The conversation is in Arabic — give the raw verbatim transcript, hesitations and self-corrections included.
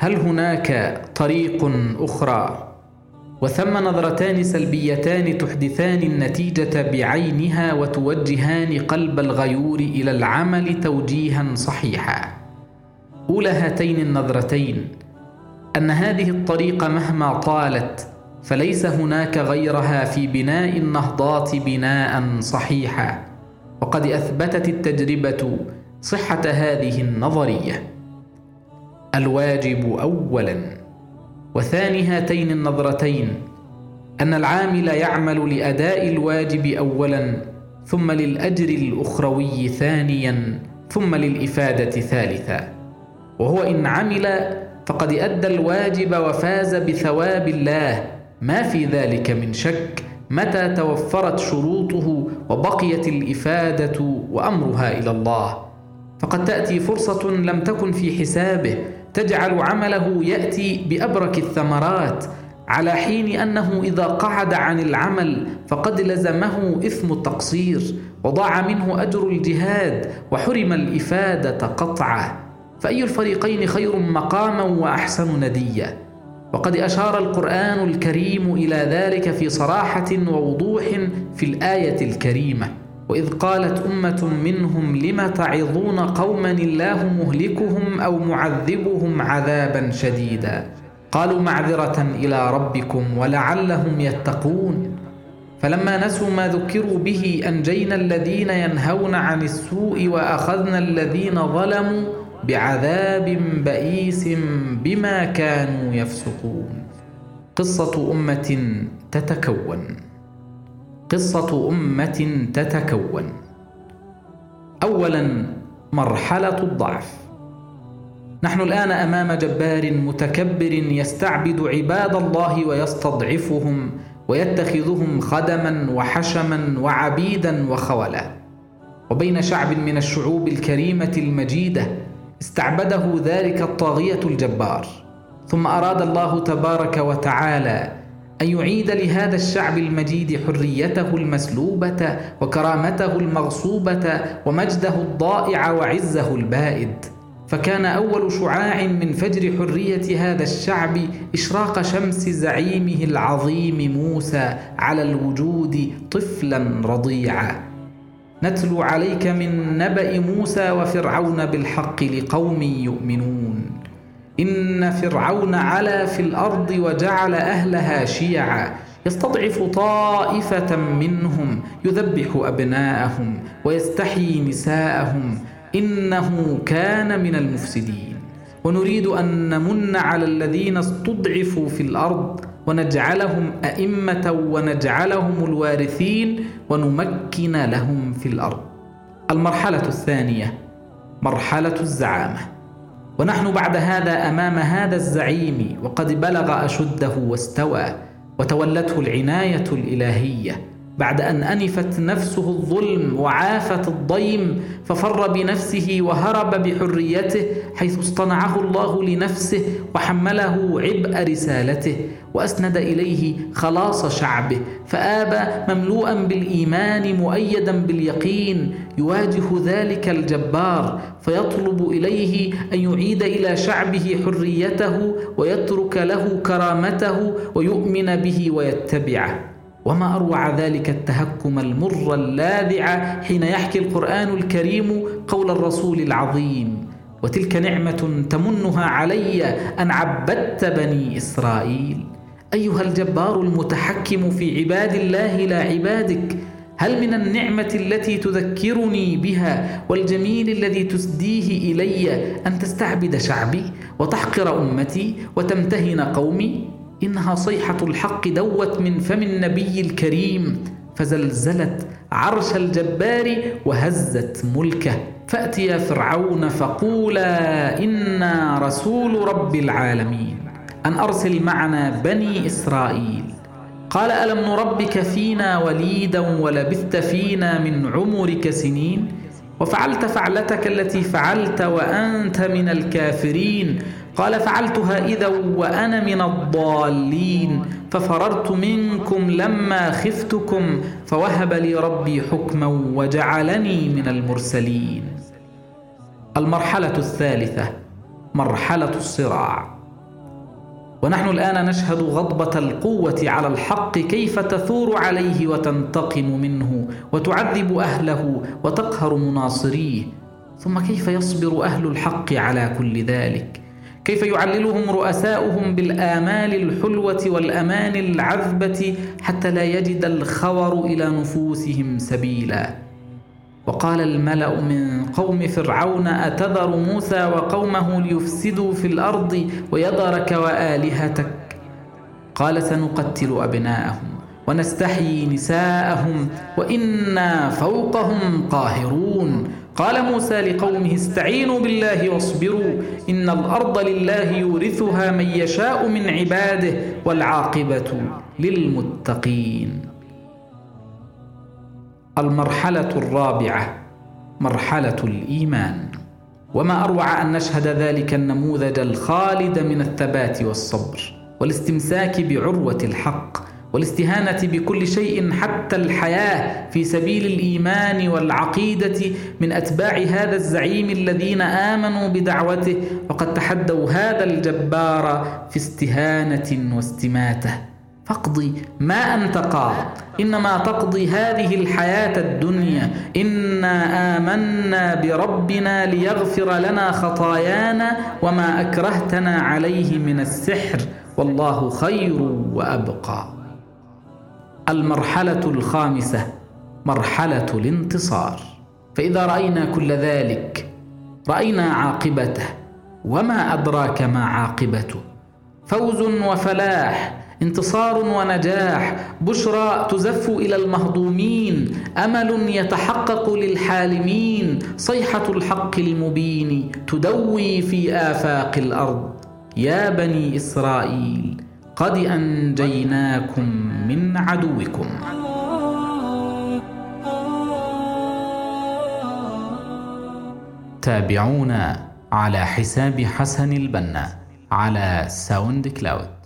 هل هناك طريق أخرى؟ وثم نظرتان سلبيتان تحدثان النتيجة بعينها وتوجهان قلب الغيور إلى العمل توجيها صحيحا. أولى هاتين النظرتين أن هذه الطريق مهما طالت فليس هناك غيرها في بناء النهضات بناء صحيحا، وقد أثبتت التجربة صحة هذه النظرية. الواجب أولا. وثاني هاتين النظرتين أن العامل يعمل لأداء الواجب أولا، ثم للأجر الأخروي ثانيا، ثم للإفادة ثالثا. وهو إن عمل فقد أدى الواجب وفاز بثواب الله، ما في ذلك من شك، متى توفرت شروطه وبقيت الإفادة وأمرها إلى الله. فقد تأتي فرصة لم تكن في حسابه تجعل عمله يأتي بأبرك الثمرات، على حين أنه إذا قعد عن العمل فقد لزمه إثم التقصير، وضاع منه أجر الجهاد، وحرم الإفادة قطعا. فأي الفريقين خير مقاما وأحسن نديا؟ وقد أشار القرآن الكريم إلى ذلك في صراحة ووضوح في الآية الكريمة: وإذ قالت أمة منهم لم تعظون قوما الله مهلكهم أو معذبهم عذابا شديدا قالوا معذرة إلى ربكم ولعلهم يتقون. فلما نسوا ما ذكروا به أنجينا الذين ينهون عن السوء وأخذنا الذين ظلموا بعذاب بئيس بما كانوا يفسقون. قصة أمة تتكون. قصة أمة تتكون. أولا، مرحلة الضعف. نحن الآن أمام جبار متكبر يستعبد عباد الله ويستضعفهم ويتخذهم خدما وحشما وعبيدا وخولا، وبين شعب من الشعوب الكريمة المجيدة استعبده ذلك الطاغية الجبار. ثم أراد الله تبارك وتعالى أن يعيد لهذا الشعب المجيد حريته المسلوبة وكرامته المغصوبة ومجده الضائع وعزه البائد. فكان أول شعاع من فجر حرية هذا الشعب إشراق شمس زعيمه العظيم موسى على الوجود طفلا رضيعا. نتلو عليك من نبأ موسى وفرعون بالحق لقوم يؤمنون. إن فرعون علا في الأرض وجعل أهلها شيعا يستضعف طائفة منهم يذبح أبناءهم ويستحيي نساءهم إنه كان من المفسدين. ونريد أن نمن على الذين استضعفوا في الأرض ونجعلهم أئمة ونجعلهم الوارثين ونمكن لهم في الأرض. المرحلة الثانية، مرحلة الزعامة. ونحن بعد هذا أمام هذا الزعيم وقد بلغ أشده واستوى، وتولته العناية الإلهية بعد أن أنفت نفسه الظلم وعافت الضيم، ففر بنفسه وهرب بحريته حيث اصطنعه الله لنفسه وحمله عبء رسالته وأسند إليه خلاص شعبه، فآبى مملوءا بالإيمان مؤيدا باليقين يواجه ذلك الجبار، فيطلب إليه أن يعيد إلى شعبه حريته ويترك له كرامته ويؤمن به ويتبعه. وما أروع ذلك التهكم المر اللاذع حين يحكي القرآن الكريم قول الرسول العظيم: وتلك نعمة تمنها علي أن عبدت بني إسرائيل. أيها الجبار المتحكم في عباد الله لا عبادك، هل من النعمة التي تذكرني بها والجميل الذي تسديه إلي أن تستعبد شعبي وتحقر أمتي وتمتهن قومي؟ إنها صيحة الحق دوت من فم النبي الكريم فزلزلت عرش الجبار وهزت ملكه. فأتيا فرعون فقولا إنا رسول رب العالمين أن أرسل معنا بني إسرائيل. قال ألم نربك فينا وليدا ولبثت فينا من عمرك سنين وفعلت فعلتك التي فعلت وأنت من الكافرين. قال فعلتها إذا وأنا من الضالين ففررت منكم لما خفتكم فوهب لي ربي حكما وجعلني من المرسلين. المرحلة الثالثة، مرحلة الصراع. ونحن الآن نشهد غضبة القوة على الحق كيف تثور عليه وتنتقم منه وتعذب أهله وتقهر مناصريه. ثم كيف يصبر أهل الحق على كل ذلك؟ كيف يعللهم رؤساؤهم بالآمال الحلوة والأمان العذبة حتى لا يجد الخور إلى نفوسهم سبيلا؟ وقال الملأ من قوم فرعون أتذر موسى وقومه ليفسدوا في الأرض ويذرك وآلهتك؟ قال سنقتل أبناءهم ونستحيي نساءهم وإنا فوقهم قاهرون. قال موسى لقومه استعينوا بالله واصبروا إن الأرض لله يورثها من يشاء من عباده والعاقبة للمتقين. المرحلة الرابعة مرحلة الإيمان. وما أروع أن نشهد ذلك النموذج الخالد من الثبات والصبر والاستمساك بعروة الحق والاستهانة بكل شيء حتى الحياة في سبيل الإيمان والعقيدة من أتباع هذا الزعيم الذين آمنوا بدعوته وقد تحدوا هذا الجبار في استهانة واستماتة. فاقضي ما أنت قاض، إنما تقضي هذه الحياة الدنيا. إنا آمنا بربنا ليغفر لنا خطايانا وما أكرهتنا عليه من السحر والله خير وأبقى. المرحلة الخامسة مرحلة الانتصار. فإذا رأينا كل ذلك رأينا عاقبته، وما أدراك ما عاقبته؟ فوز وفلاح، انتصار ونجاح، بشرى تزف إلى المهضومين، أمل يتحقق للحالمين، صيحة الحق المبين تدوي في آفاق الأرض. يا بني إسرائيل قد أنجيناكم من عدوكم. تابعونا على حساب حسن البنا على ساوند كلاود.